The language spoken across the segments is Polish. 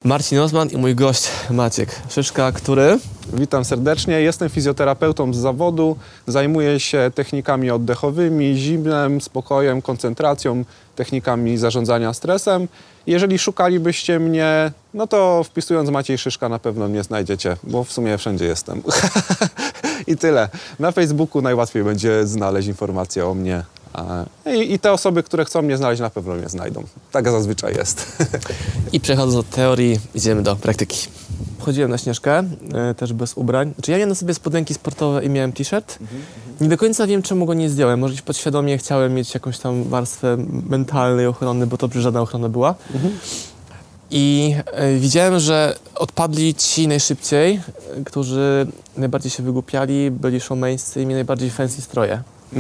Marcin Osman i mój gość Maciek Szyszka, który... Witam serdecznie, jestem fizjoterapeutą z zawodu, zajmuję się technikami oddechowymi, zimnem, spokojem, koncentracją, technikami zarządzania stresem. Jeżeli szukalibyście mnie, no to wpisując Maciej Szyszka na pewno mnie znajdziecie, bo w sumie wszędzie jestem. I tyle. Na Facebooku najłatwiej będzie znaleźć informacje o mnie. I te osoby, które chcą mnie znaleźć, na pewno mnie znajdą. Tak zazwyczaj jest. I przechodząc od teorii, idziemy do praktyki. Chodziłem na Śnieżkę, też bez ubrań. Znaczy ja miałem na sobie spodenki sportowe i miałem t-shirt. Nie do końca wiem, czemu go nie zdjąłem. Może podświadomie chciałem mieć jakąś tam warstwę mentalnej ochrony, bo to przecież żadna ochrona była. I widziałem, że odpadli ci najszybciej, którzy najbardziej się wygłupiali, byli showmeńscy i mieli najbardziej fancy stroje.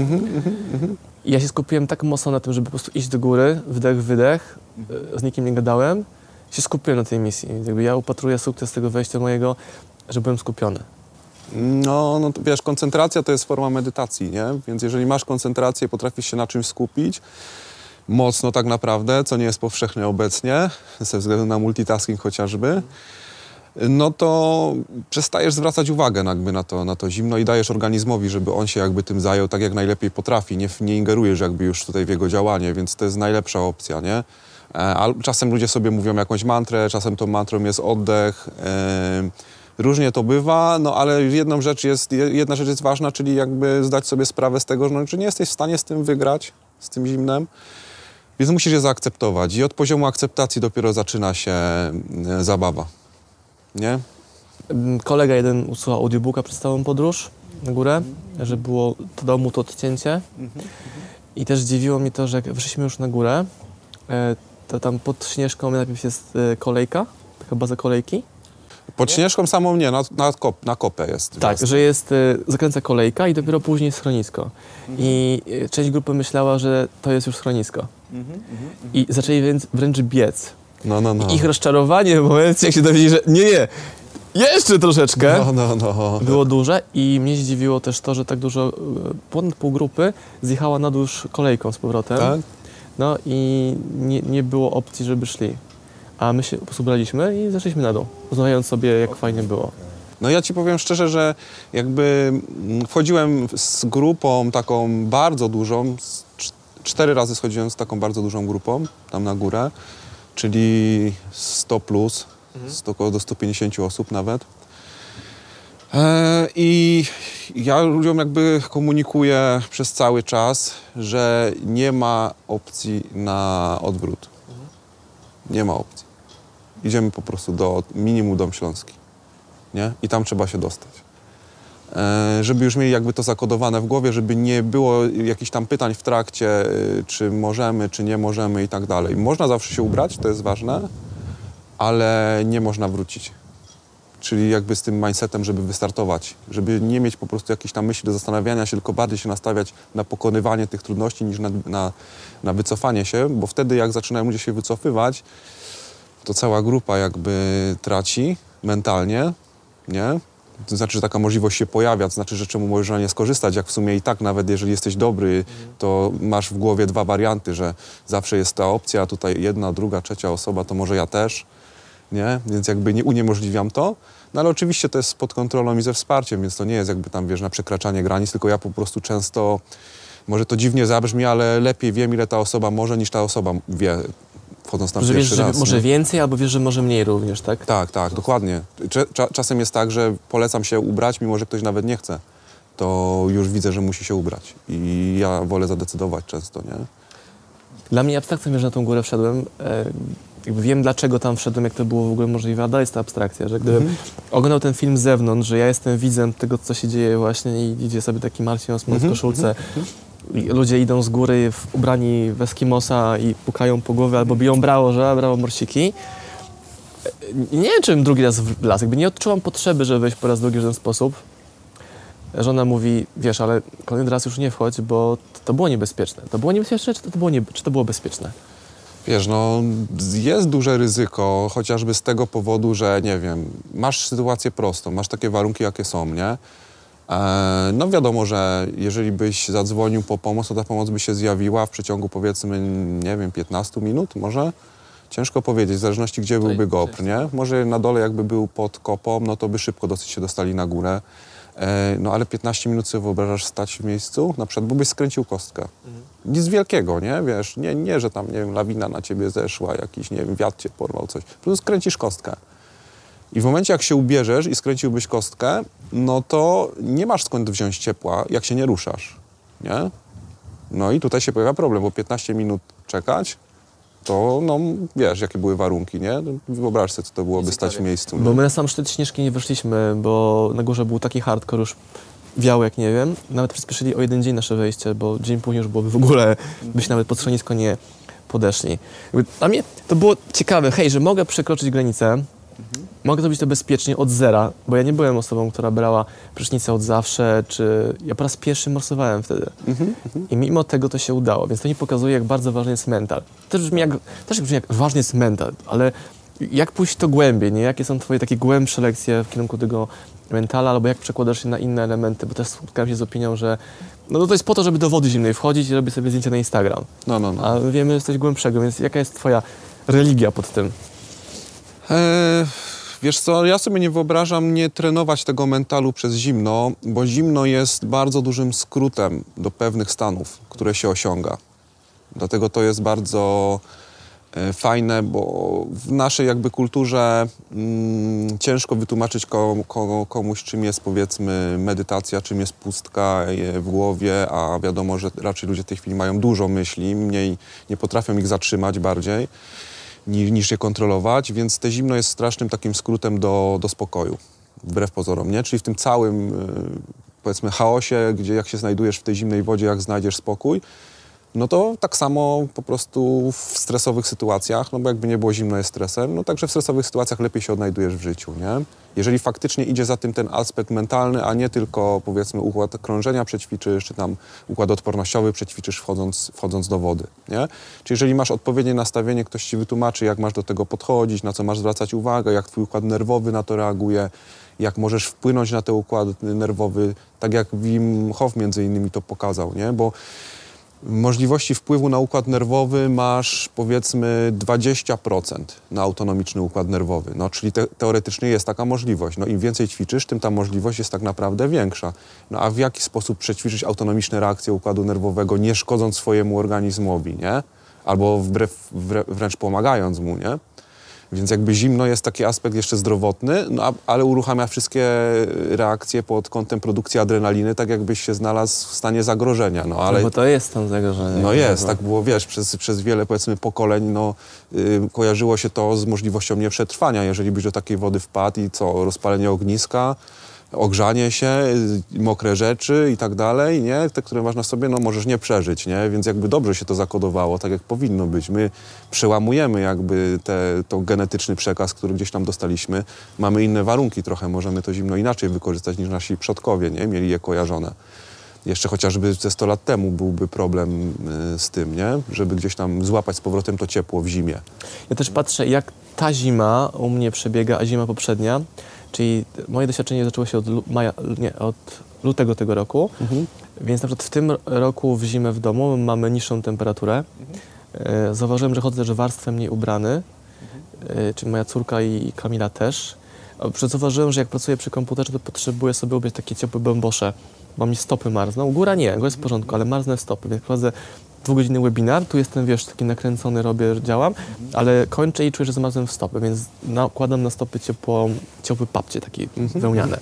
I ja się skupiłem tak mocno na tym, żeby po prostu iść do góry, wdech, wydech, z nikim nie gadałem. Się skupiłem na tej misji. Jakby ja upatruję sukces tego wejścia mojego, że byłem skupiony. No wiesz, koncentracja to jest forma medytacji, nie? Więc jeżeli masz koncentrację, potrafisz się na czymś skupić, mocno tak naprawdę, co nie jest powszechne obecnie, ze względu na multitasking chociażby, no to przestajesz zwracać uwagę jakby na to zimno i dajesz organizmowi, żeby on się jakby tym zajął tak jak najlepiej potrafi. Nie ingerujesz jakby już tutaj w jego działanie, więc to jest najlepsza opcja, nie? A czasem ludzie sobie mówią jakąś mantrę, czasem tą mantrą jest oddech. Różnie to bywa, no ale jedna rzecz jest ważna, czyli jakby zdać sobie sprawę z tego, że nie jesteś w stanie z tym wygrać, z tym zimnem, więc musisz je zaakceptować i od poziomu akceptacji dopiero zaczyna się zabawa, nie? Kolega jeden usłuchał audiobooka przez całą podróż na górę, że było, to dało mu to odcięcie i też dziwiło mnie to, że jak wyszliśmy już na górę, to tam pod Śnieżką najpierw jest kolejka, taka baza kolejki. Pod Śnieżką samą nie, na kopę jest. Tak, że jest, zakręca kolejka i dopiero później schronisko. I część grupy myślała, że to jest już schronisko. I zaczęli wręcz biec. No. I ich rozczarowanie w momencie, jak się dowiedzieli, że nie, jeszcze troszeczkę, było duże i mnie zdziwiło też to, że tak dużo, ponad pół grupy zjechała na dół już kolejką z powrotem. Tak? No i nie było opcji, żeby szli. A my się po prostu braliśmy i zeszliśmy na dół, rozmawiając sobie, jak fajnie było. No ja ci powiem szczerze, że jakby wchodziłem z grupą taką bardzo dużą, 4 razy schodziłem z taką bardzo dużą grupą tam na górę, czyli 100 plus, około do 150 osób nawet. I ja ludziom jakby komunikuję przez cały czas, że nie ma opcji na odwrót. Nie ma opcji. Idziemy po prostu do minimum Dom Śląski, nie? I tam trzeba się dostać. Żeby już mieli jakby to zakodowane w głowie, żeby nie było jakichś tam pytań w trakcie, czy możemy, czy nie możemy i tak dalej. Można zawsze się ubrać, to jest ważne, ale nie można wrócić. Czyli jakby z tym mindsetem, żeby wystartować, żeby nie mieć po prostu jakiejś tam myśli do zastanawiania się, tylko bardziej się nastawiać na pokonywanie tych trudności niż na wycofanie się, bo wtedy jak zaczynają ludzie się wycofywać, to cała grupa jakby traci mentalnie, nie? To znaczy, że taka możliwość się pojawia, to znaczy, że czemu możesz na nie skorzystać, jak w sumie i tak nawet jeżeli jesteś dobry, to masz w głowie 2 warianty, że zawsze jest ta opcja, a tutaj jedna, druga, trzecia osoba, to może ja też, nie? Więc jakby nie uniemożliwiam to, no ale oczywiście to jest pod kontrolą i ze wsparciem, więc to nie jest jakby tam, wiesz, na przekraczanie granic, tylko ja po prostu często, może to dziwnie zabrzmi, ale lepiej wiem, ile ta osoba może, niż ta osoba wie, wchodząc tam pierwszy raz. Wiesz, że może więcej, albo wiesz, że może mniej również, tak? Tak, dokładnie. Czasem jest tak, że polecam się ubrać, mimo że ktoś nawet nie chce. To już widzę, że musi się ubrać i ja wolę zadecydować często, nie? Dla mnie abstrakcją, że na tą górę wszedłem, jakby wiem, dlaczego tam wszedłem, jak to było w ogóle możliwe, a dalej jest ta abstrakcja, że gdybym oglądał ten film z zewnątrz, że ja jestem widzem tego, co się dzieje właśnie i idzie sobie taki Marcin Osman w koszulce, ludzie idą z góry ubrani w Eskimosa i pukają po głowie albo biją brawo, że brawo morsiki. Nie wiem, czym drugi raz w las, jakby nie odczułam potrzeby, żeby wejść po raz drugi w ten sposób. Żona mówi, wiesz, ale kolejny raz już nie wchodź, bo to było niebezpieczne. To było niebezpieczne, czy to było bezpieczne? Wiesz, no jest duże ryzyko, chociażby z tego powodu, że nie wiem, masz sytuację prostą, masz takie warunki, jakie są, nie? No wiadomo, że jeżeli byś zadzwonił po pomoc, to ta pomoc by się zjawiła w przeciągu powiedzmy, nie wiem, 15 minut może Ciężko powiedzieć, w zależności gdzie byłby GoPr, nie? Może na dole jakby był pod kopą, no to by szybko dosyć się dostali na górę. No ale 15 minut sobie wyobrażasz stać w miejscu, na przykład, bo byś skręcił kostkę. Nic wielkiego, nie? Wiesz, nie, że tam, nie wiem, lawina na ciebie zeszła, jakiś, nie wiem, wiatr cię porwał, coś. Po prostu skręcisz kostkę. I w momencie, jak się ubierzesz i skręciłbyś kostkę, no to nie masz skąd wziąć ciepła, jak się nie ruszasz, nie? No i tutaj się pojawia problem, bo 15 minut czekać, to no wiesz, jakie były warunki, nie? Wyobraź sobie, co to byłoby stać w miejscu. Bo my na sam szczyt Śnieżki nie wyszliśmy, bo na górze był taki hardcore już wiało jak nie wiem. Nawet przyspieszyli o 1 dzień nasze wejście, bo dzień później już byłoby w ogóle, byśmy nawet pod schronisko nie podeszli. Dla mnie to było ciekawe, hej, że mogę przekroczyć granicę, mogę zrobić to bezpiecznie od zera, bo ja nie byłem osobą, która brała prysznicę od zawsze, czy ja po raz pierwszy morsowałem wtedy. I mimo tego to się udało, więc to mi pokazuje, jak bardzo ważny jest mental. Też brzmi jak ważny jest mental, ale jak pójść w to głębiej, nie? Jakie są twoje takie głębsze lekcje w kierunku tego mentala, albo jak przekładasz się na inne elementy, bo też spotkałem się z opinią, że no to jest po to, żeby do wody zimnej wchodzić i robić sobie zdjęcia na Instagram. No. A wiemy, że coś głębszego, więc jaka jest twoja religia pod tym? Wiesz co, ja sobie nie wyobrażam nie trenować tego mentalu przez zimno, bo zimno jest bardzo dużym skrótem do pewnych stanów, które się osiąga. Dlatego to jest bardzo fajne, bo w naszej jakby kulturze ciężko wytłumaczyć komuś, czym jest powiedzmy medytacja, czym jest pustka w głowie, a wiadomo, że raczej ludzie w tej chwili mają dużo myśli, mniej nie potrafią ich zatrzymać bardziej niż je kontrolować, więc te zimno jest strasznym takim skrótem do spokoju, wbrew pozorom, nie? Czyli w tym całym, powiedzmy, chaosie, gdzie jak się znajdujesz w tej zimnej wodzie, jak znajdziesz spokój, no to tak samo po prostu w stresowych sytuacjach, no bo jakby nie było, zimno jest stresem, no także w stresowych sytuacjach lepiej się odnajdujesz w życiu, nie? Jeżeli faktycznie idzie za tym ten aspekt mentalny, a nie tylko, powiedzmy, układ krążenia przećwiczysz, czy tam układ odpornościowy przećwiczysz wchodząc do wody, nie? Czyli jeżeli masz odpowiednie nastawienie, ktoś ci wytłumaczy, jak masz do tego podchodzić, na co masz zwracać uwagę, jak twój układ nerwowy na to reaguje, jak możesz wpłynąć na ten układ nerwowy, tak jak Wim Hof między innymi to pokazał, nie? Bo możliwości wpływu na układ nerwowy masz, powiedzmy, 20% na autonomiczny układ nerwowy. No, czyli teoretycznie jest taka możliwość. No, im więcej ćwiczysz, tym ta możliwość jest tak naprawdę większa. No, a w jaki sposób przećwiczyć autonomiczne reakcje układu nerwowego, nie szkodząc swojemu organizmowi, nie? Albo wręcz pomagając mu, nie? Więc jakby zimno jest taki aspekt jeszcze zdrowotny, no, ale uruchamia wszystkie reakcje pod kątem produkcji adrenaliny, tak jakbyś się znalazł w stanie zagrożenia. No, ale, No bo to jest stan zagrożenia. no jest, tak było, wiesz, przez wiele, powiedzmy, pokoleń, no, kojarzyło się to z możliwością nieprzetrwania, jeżeli byś do takiej wody wpadł i co, rozpalenie ogniska, ogrzanie się, mokre rzeczy i tak dalej, nie? Te, które masz na sobie, no możesz nie przeżyć, nie? Więc jakby dobrze się to zakodowało, tak jak powinno być. My przełamujemy jakby to genetyczny przekaz, który gdzieś tam dostaliśmy. Mamy inne warunki trochę, możemy to zimno inaczej wykorzystać niż nasi przodkowie, nie? Mieli je kojarzone. Jeszcze chociażby ze 100 lat temu byłby problem z tym, nie? Żeby gdzieś tam złapać z powrotem to ciepło w zimie. Ja też patrzę, jak ta zima u mnie przebiega, a zima poprzednia, czyli moje doświadczenie zaczęło się od lutego tego roku, więc na przykład w tym roku w zimę w domu mamy niższą temperaturę. Zauważyłem, że chodzę też warstwę mniej ubrany, czyli moja córka i Kamila też. Zauważyłem, że jak pracuję przy komputerze, to potrzebuję sobie ubrać takie ciepłe bąbosze, bo mi stopy marzną. Góra nie, góra jest w porządku, ale marzną stopy, więc prowadzę 2-godzinny webinar, tu jestem, wiesz, taki nakręcony, działam, ale kończę i czuję, że zamarzłem w stopy, więc nakładam na stopy ciepły papcie, takie wełniane.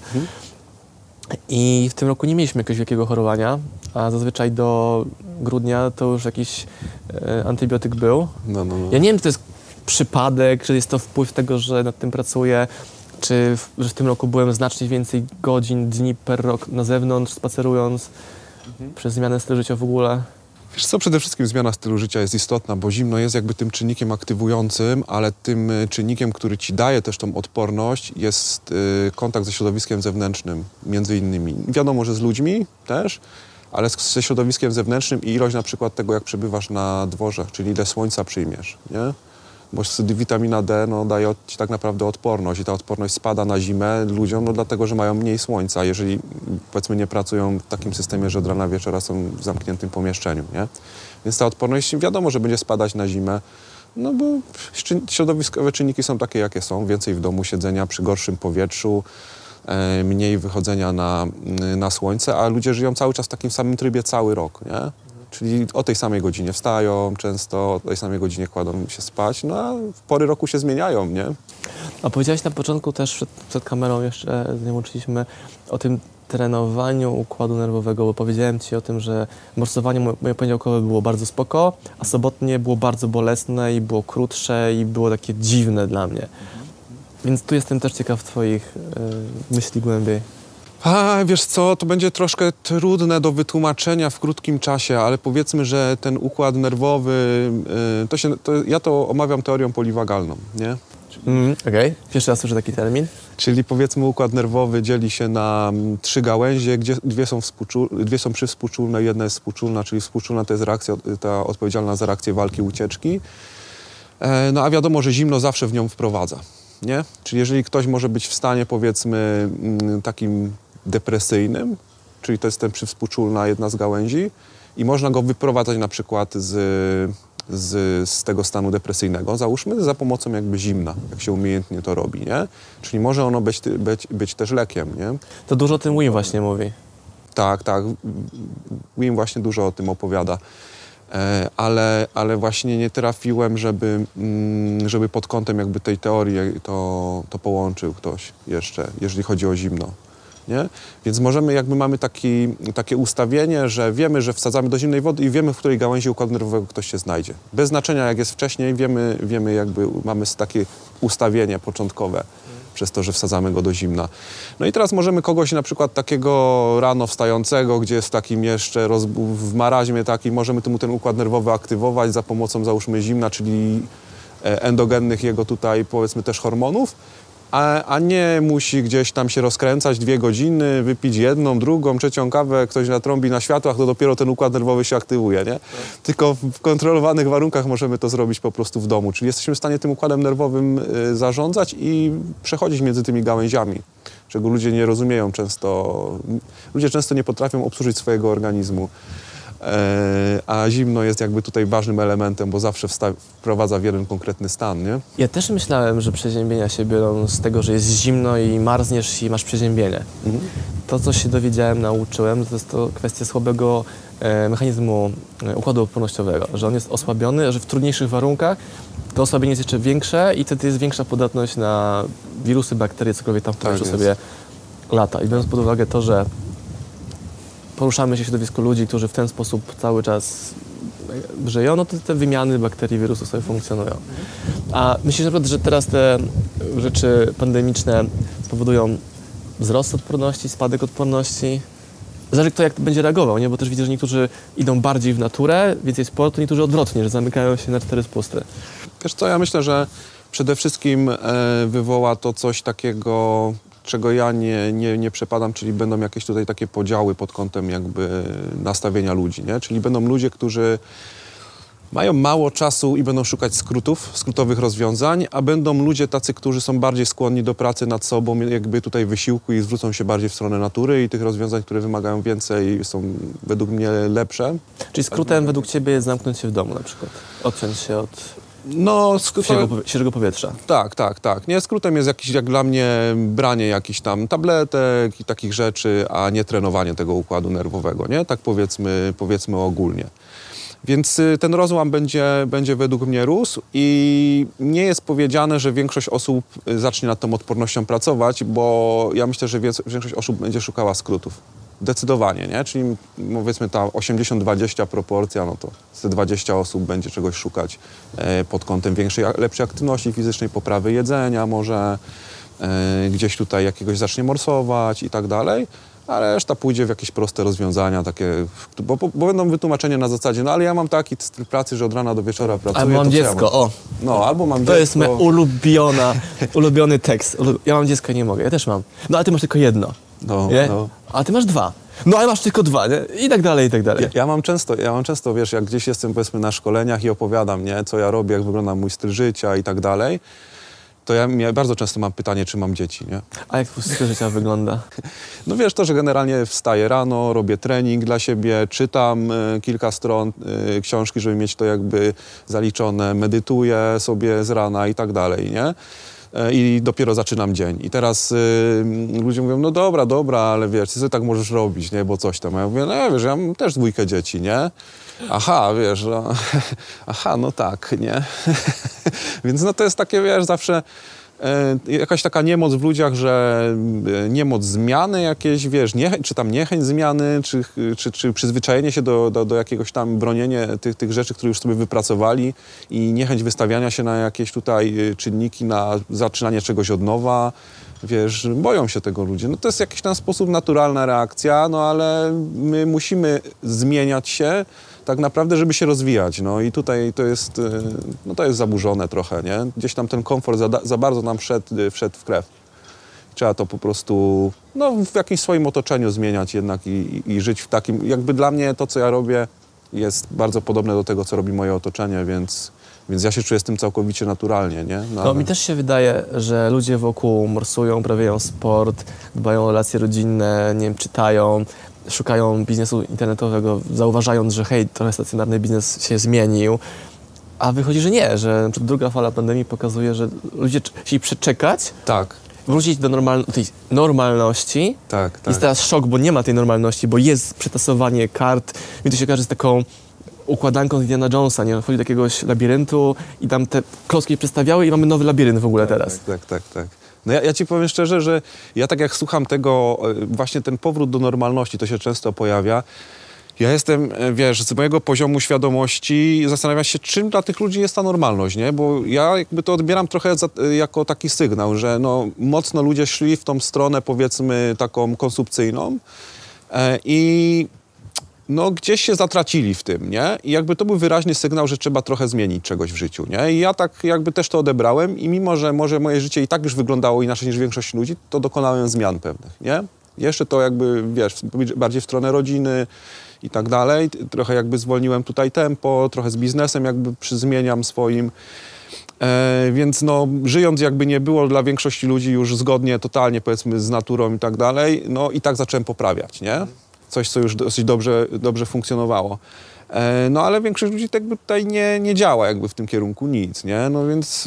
I w tym roku nie mieliśmy jakiegoś wielkiego chorowania, a zazwyczaj do grudnia to już jakiś antybiotyk był. No. Ja nie wiem, czy to jest przypadek, czy jest to wpływ tego, że nad tym pracuję, czy że w tym roku byłem znacznie więcej godzin, dni per rok na zewnątrz, spacerując, przez zmianę stylu życia w ogóle. Wiesz co, przede wszystkim zmiana stylu życia jest istotna, bo zimno jest jakby tym czynnikiem aktywującym, ale tym czynnikiem, który ci daje też tą odporność, jest kontakt ze środowiskiem zewnętrznym, między innymi. Wiadomo, że z ludźmi też, ale ze środowiskiem zewnętrznym i ilość na przykład tego, jak przebywasz na dworze, czyli ile słońca przyjmiesz, nie? Bo witamina D daje ci tak naprawdę odporność i ta odporność spada na zimę ludziom, dlatego, że mają mniej słońca, jeżeli powiedzmy nie pracują w takim systemie, że od rana wieczora są w zamkniętym pomieszczeniu, nie? Więc ta odporność wiadomo, że będzie spadać na zimę. No bo środowiskowe czynniki są takie, jakie są. Więcej w domu siedzenia przy gorszym powietrzu, mniej wychodzenia na słońce, a ludzie żyją cały czas w takim samym trybie cały rok, nie? Czyli o tej samej godzinie wstają często, o tej samej godzinie kładą się spać, no a pory roku się zmieniają, nie? A powiedziałeś na początku też, przed kamerą jeszcze nie łączyliśmy, o tym trenowaniu układu nerwowego, bo powiedziałem Ci o tym, że morsowanie moje poniedziałkowe było bardzo spoko, a sobotnie było bardzo bolesne i było krótsze i było takie dziwne dla mnie. Więc tu jestem też ciekaw Twoich myśli głębiej. A wiesz co, to będzie troszkę trudne do wytłumaczenia w krótkim czasie, ale powiedzmy, że ten układ nerwowy, ja to omawiam teorią poliwagalną, nie? Okej. Pierwszy raz słyszę taki termin. Czyli powiedzmy układ nerwowy dzieli się na 3 gałęzie, gdzie dwie są przywspółczulne, jedna jest współczulna, czyli współczulna to jest reakcja, ta odpowiedzialna za reakcję walki, ucieczki. No a wiadomo, że zimno zawsze w nią wprowadza, nie? Czyli jeżeli ktoś może być w stanie powiedzmy takim depresyjnym, czyli to jest ten przywspółczulna jedna z gałęzi i można go wyprowadzać na przykład z tego stanu depresyjnego, załóżmy, za pomocą jakby zimna, jak się umiejętnie to robi, nie? Czyli może ono być też lekiem, nie? To dużo o tym Wim właśnie mówi. Tak. Wim właśnie dużo o tym opowiada. Ale właśnie nie trafiłem, żeby pod kątem jakby tej teorii to połączył ktoś jeszcze, jeżeli chodzi o zimno. Nie? Więc mamy takie ustawienie, że wiemy, że wsadzamy do zimnej wody i wiemy, w której gałęzi układu nerwowego ktoś się znajdzie. Bez znaczenia, jak jest wcześniej, wiemy jakby mamy takie ustawienie początkowe przez to, że wsadzamy go do zimna. No i teraz możemy kogoś na przykład takiego rano wstającego, gdzie jest w takim jeszcze w maraźmie takim, możemy mu ten układ nerwowy aktywować za pomocą załóżmy zimna, czyli endogennych jego tutaj powiedzmy też hormonów, a nie musi gdzieś tam się rozkręcać 2 godziny, wypić jedną, drugą, trzecią kawę, ktoś natrąbi na światłach, to dopiero ten układ nerwowy się aktywuje, nie? Tylko w kontrolowanych warunkach możemy to zrobić po prostu w domu, czyli jesteśmy w stanie tym układem nerwowym zarządzać i przechodzić między tymi gałęziami, czego ludzie nie rozumieją często. Ludzie często nie potrafią obsłużyć swojego organizmu. A zimno jest jakby tutaj ważnym elementem, bo zawsze wprowadza w jeden konkretny stan, nie? Ja też myślałem, że przeziębienia się biorą z tego, że jest zimno i marzniesz i masz przeziębienie. To, co się dowiedziałem, nauczyłem, to jest to kwestia słabego mechanizmu układu odpornościowego, że on jest osłabiony, że w trudniejszych warunkach to osłabienie jest jeszcze większe i wtedy jest większa podatność na wirusy, bakterie, cokolwiek tam w powietrzu sobie lata. I biorąc pod uwagę to, że poruszamy się w środowisku ludzi, którzy w ten sposób cały czas żyją, no to te wymiany bakterii, wirusów sobie funkcjonują. A myślisz na przykład, że teraz te rzeczy pandemiczne spowodują wzrost odporności, spadek odporności? Zależy kto jak będzie reagował, nie? Bo też widzę, że niektórzy idą bardziej w naturę, więcej sportu, niektórzy odwrotnie, że zamykają się na 4 spusty. Wiesz co, ja myślę, że przede wszystkim wywoła to coś takiego, czego ja nie przepadam, czyli będą jakieś tutaj takie podziały pod kątem jakby nastawienia ludzi, nie? Czyli będą ludzie, którzy mają mało czasu i będą szukać skrótowych rozwiązań, a będą ludzie tacy, którzy są bardziej skłonni do pracy nad sobą, jakby tutaj wysiłku i zwrócą się bardziej w stronę natury i tych rozwiązań, które wymagają więcej, są według mnie lepsze. Czyli skrótem według Ciebie jest zamknąć się w domu na przykład, odciąć się od świeżego powietrza. Tak. Nie, skrótem jest jakiś, jak dla mnie, branie jakichś tam tabletek i takich rzeczy, a nie trenowanie tego układu nerwowego, nie? Tak powiedzmy ogólnie. Więc ten rozłam będzie według mnie rósł i nie jest powiedziane, że większość osób zacznie nad tą odpornością pracować, bo ja myślę, że większość osób będzie szukała skrótów. Zdecydowanie, nie? Czyli powiedzmy ta 80-20 proporcja, no to te 20 osób będzie czegoś szukać pod kątem lepszej aktywności fizycznej, poprawy jedzenia może, gdzieś tutaj jakiegoś zacznie morsować i tak dalej, a reszta pójdzie w jakieś proste rozwiązania takie, bo będą wytłumaczenia na zasadzie, no ale ja mam taki styl pracy, że od rana do wieczora pracuję. Albo mam dziecko, No, albo mam dziecko. To jest mój ulubiony tekst. Ja mam dziecko i nie mogę, ja też mam. No, ale ty masz tylko jedno. No. A ty masz 2. No, ale masz tylko 2, nie? I tak dalej, i tak dalej. Ja mam często, wiesz, jak gdzieś jestem, powiedzmy, na szkoleniach i opowiadam, nie, co ja robię, jak wygląda mój styl życia i tak dalej, to ja bardzo często mam pytanie, czy mam dzieci, nie? A jak twój styl życia wygląda? No wiesz, to, że generalnie wstaję rano, robię trening dla siebie, czytam kilka stron książki, żeby mieć to jakby zaliczone, medytuję sobie z rana i tak dalej, nie? I dopiero zaczynam dzień. I teraz ludzie mówią, no dobra, ale wiesz, ty sobie tak możesz robić, nie, bo coś tam. A ja mówię, no wiesz, ja mam też 2 dzieci, nie? Aha, wiesz, no, aha, no tak, nie? Więc no to jest takie, wiesz, zawsze jakaś taka niemoc w ludziach, że niemoc zmiany jakieś, wiesz, czy tam niechęć zmiany, czy przyzwyczajenie się do jakiegoś tam bronienia tych rzeczy, które już sobie wypracowali i niechęć wystawiania się na jakieś tutaj czynniki, na zaczynanie czegoś od nowa. Wiesz, boją się tego ludzie. No to jest jakiś tam sposób naturalna reakcja, no ale my musimy zmieniać się tak naprawdę, żeby się rozwijać. No i tutaj to jest zaburzone trochę, nie? Gdzieś tam ten komfort za bardzo nam wszedł w krew. Trzeba to po prostu w jakimś swoim otoczeniu zmieniać jednak i żyć w takim... Jakby dla mnie to, co ja robię, jest bardzo podobne do tego, co robi moje otoczenie, więc ja się czuję z tym całkowicie naturalnie, nie? No, mi też się wydaje, że ludzie wokół morsują, uprawiają sport, dbają o relacje rodzinne, nie wiem, czytają, szukają biznesu internetowego, zauważając, że hej, trochę stacjonarny biznes się zmienił, a wychodzi, że nie, że druga fala pandemii pokazuje, że ludzie chcieli przeczekać, tak, wrócić do tej normalności. Tak. Jest teraz szok, bo nie ma tej normalności, bo jest przetasowanie kart, mi to się kojarzy z taką układanką z Indiana Jonesa, nie? Wchodzi do jakiegoś labiryntu i tam te klocki przestawiały i mamy nowy labirynt w ogóle teraz. Tak. No ja ci powiem szczerze, że ja tak jak słucham tego, właśnie ten powrót do normalności, to się często pojawia. Ja jestem, wiesz, z mojego poziomu świadomości zastanawiam się, czym dla tych ludzi jest ta normalność, nie? Bo ja jakby to odbieram trochę jako taki sygnał, że mocno ludzie szli w tą stronę, powiedzmy, taką konsumpcyjną i gdzieś się zatracili w tym, nie? I jakby to był wyraźny sygnał, że trzeba trochę zmienić czegoś w życiu, nie? I ja tak jakby też to odebrałem i mimo, że może moje życie i tak już wyglądało inaczej niż większość ludzi, to dokonałem zmian pewnych, nie? Jeszcze to jakby, wiesz, bardziej w stronę rodziny i tak dalej. Trochę jakby zwolniłem tutaj tempo, trochę z biznesem jakby zmieniam swoim. Więc żyjąc jakby nie było dla większości ludzi już zgodnie totalnie, powiedzmy, z naturą i tak dalej, i tak zacząłem poprawiać, nie? Coś, co już dosyć dobrze funkcjonowało. Ale większość ludzi jakby tutaj nie działa jakby w tym kierunku nic, nie? Więc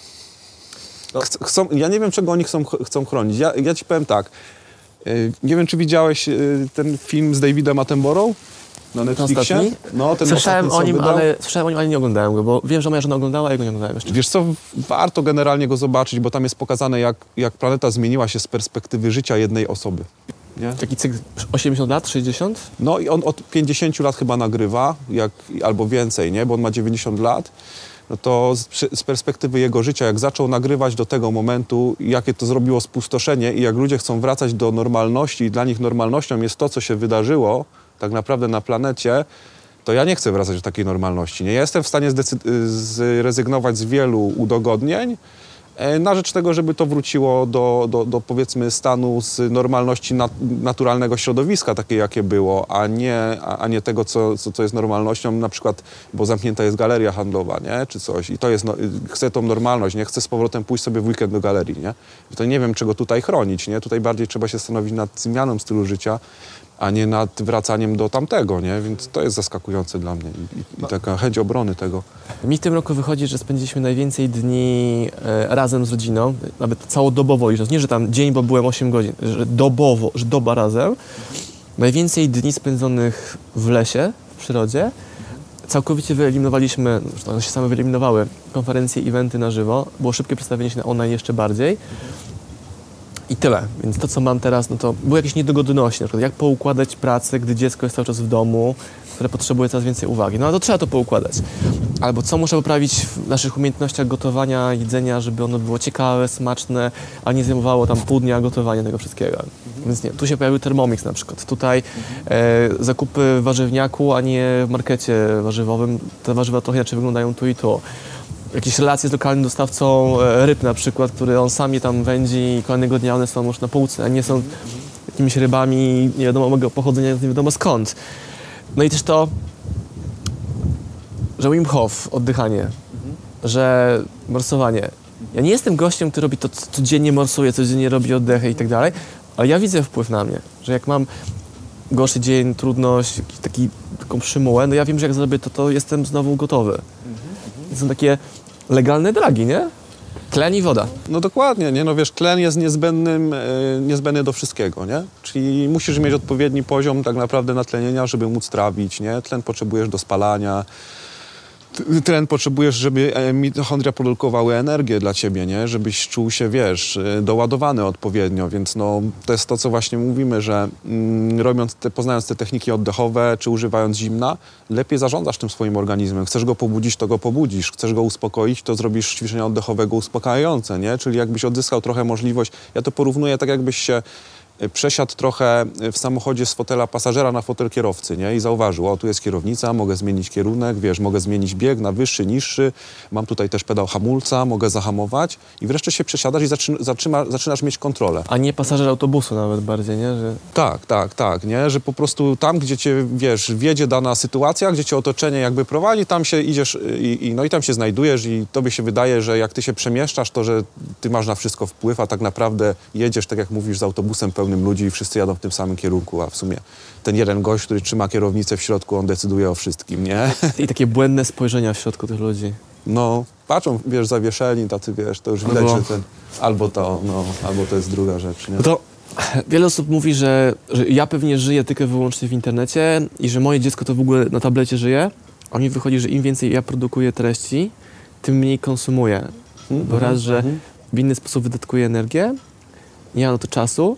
chcą, ja nie wiem, czego oni chcą chronić. Ja ci powiem tak, nie wiem, czy widziałeś ten film z Davidem Attenborough na Netflixie? Słyszałem o nim, ale nie oglądałem go, bo wiem, że moja żona oglądała, a ja go nie oglądałem jeszcze. Wiesz co, warto generalnie go zobaczyć, bo tam jest pokazane, jak planeta zmieniła się z perspektywy życia jednej osoby. Nie? Taki cykl 80 lat, 60? No i on od 50 lat chyba nagrywa, albo więcej, nie? Bo on ma 90 lat. No to z perspektywy jego życia, jak zaczął nagrywać do tego momentu, jakie to zrobiło spustoszenie i jak ludzie chcą wracać do normalności i dla nich normalnością jest to, co się wydarzyło tak naprawdę na planecie, to ja nie chcę wracać do takiej normalności. Nie? Ja jestem w stanie zrezygnować z wielu udogodnień na rzecz tego, żeby to wróciło do powiedzmy stanu z normalności naturalnego środowiska, takie jakie było, a nie tego, co jest normalnością, na przykład, bo zamknięta jest galeria handlowa, nie? Czy coś. I to jest, chcę tą normalność, nie? Chcę z powrotem pójść sobie w weekend do galerii, nie? I to nie wiem, czego tutaj chronić, nie? Tutaj bardziej trzeba się zastanowić nad zmianą stylu życia, a nie nad wracaniem do tamtego, nie? Więc to jest zaskakujące dla mnie i taka chęć obrony tego. Mi w tym roku wychodzi, że spędziliśmy najwięcej dni razem z rodziną, nawet całodobowo licząc. Nie, że tam dzień, bo byłem 8 godzin, że dobowo, że doba razem. Najwięcej dni spędzonych w lesie, w przyrodzie. Całkowicie wyeliminowaliśmy, zresztą one się same wyeliminowały, konferencje, eventy na żywo. Było szybkie przestawienie się na online jeszcze bardziej. I tyle. Więc to, co mam teraz, to były jakieś niedogodności. Na przykład jak poukładać pracę, gdy dziecko jest cały czas w domu, które potrzebuje coraz więcej uwagi. No ale to trzeba to poukładać. Albo co muszę poprawić w naszych umiejętnościach gotowania, jedzenia, żeby ono było ciekawe, smaczne, a nie zajmowało tam pół dnia gotowania tego wszystkiego. Więc nie, tu się pojawił Thermomix na przykład. Tutaj zakupy w warzywniaku, a nie w markecie warzywowym. Te warzywa trochę inaczej wyglądają tu i tu. Jakieś relacje z lokalnym dostawcą ryb na przykład, który on sam je tam wędzi i kolejnego dnia one są już na półce, a nie są jakimiś rybami nie wiadomo pochodzenia, nie wiadomo skąd. No i też to, że Wim Hof, oddychanie, że morsowanie, Ja nie jestem gościem, który robi to codziennie, morsuje, codziennie robi oddechy i tak dalej, ale ja widzę wpływ na mnie, że jak mam gorszy dzień, trudność, taką przymułę, no ja wiem, że jak zrobię to jestem znowu gotowy. Są takie legalne dragi, nie? Tlen i woda. No dokładnie, nie? No wiesz, tlen jest niezbędny do wszystkiego, nie? Czyli musisz mieć odpowiedni poziom tak naprawdę natlenienia, żeby móc trawić, nie? Tlen potrzebujesz do spalania, tlen potrzebujesz, żeby mitochondria produkowały energię dla ciebie, nie? Żebyś czuł się, wiesz, doładowany odpowiednio, więc no to jest to, co właśnie mówimy, że poznając te techniki oddechowe, czy używając zimna, lepiej zarządzasz tym swoim organizmem. Chcesz go pobudzić, to go pobudzisz. Chcesz go uspokoić, to zrobisz ćwiczenia oddechowego uspokajające, nie? Czyli jakbyś odzyskał trochę możliwość, ja to porównuję tak, jakbyś się przesiadł trochę w samochodzie z fotela pasażera na fotel kierowcy, nie? I zauważył, o tu jest kierownica, mogę zmienić kierunek, wiesz, mogę zmienić bieg na wyższy, niższy, mam tutaj też pedał hamulca, mogę zahamować i wreszcie się przesiadasz i zaczynasz mieć kontrolę. A nie pasażer autobusu nawet bardziej, nie? Że... Tak, nie? Że po prostu tam, gdzie cię, wiesz, wiedzie dana sytuacja, gdzie cię otoczenie jakby prowadzi, tam się idziesz i tam się znajdujesz i tobie się wydaje, że jak ty się przemieszczasz, to że ty masz na wszystko wpływ, a tak naprawdę jedziesz, tak jak mówisz, z autobusem pełnym ludzi i wszyscy jadą w tym samym kierunku, a w sumie ten jeden gość, który trzyma kierownicę w środku, on decyduje o wszystkim, nie? I takie błędne spojrzenia w środku tych ludzi. No, patrzą, wiesz, zawieszeni tacy, wiesz, to już widać, że albo to jest druga rzecz, nie? No to wiele osób mówi, że ja pewnie żyję tylko i wyłącznie w internecie i że moje dziecko to w ogóle na tablecie żyje. A mi wychodzi, że im więcej ja produkuję treści, tym mniej konsumuję. Bo raz, że w inny sposób wydatkuję energię, nie mam na to czasu,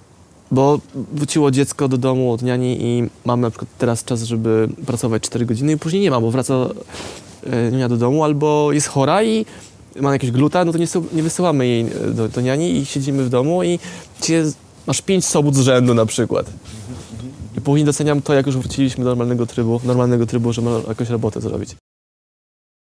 bo wróciło dziecko do domu od niani i mam na przykład teraz czas, żeby pracować 4 godziny i później nie ma, bo wraca niania do domu albo jest chora i ma jakiś gluta, no to nie wysyłamy jej do niani i siedzimy w domu i masz 5 sobot z rzędu na przykład. I później doceniam to, jak już wróciliśmy do normalnego trybu, żeby jakąś robotę zrobić.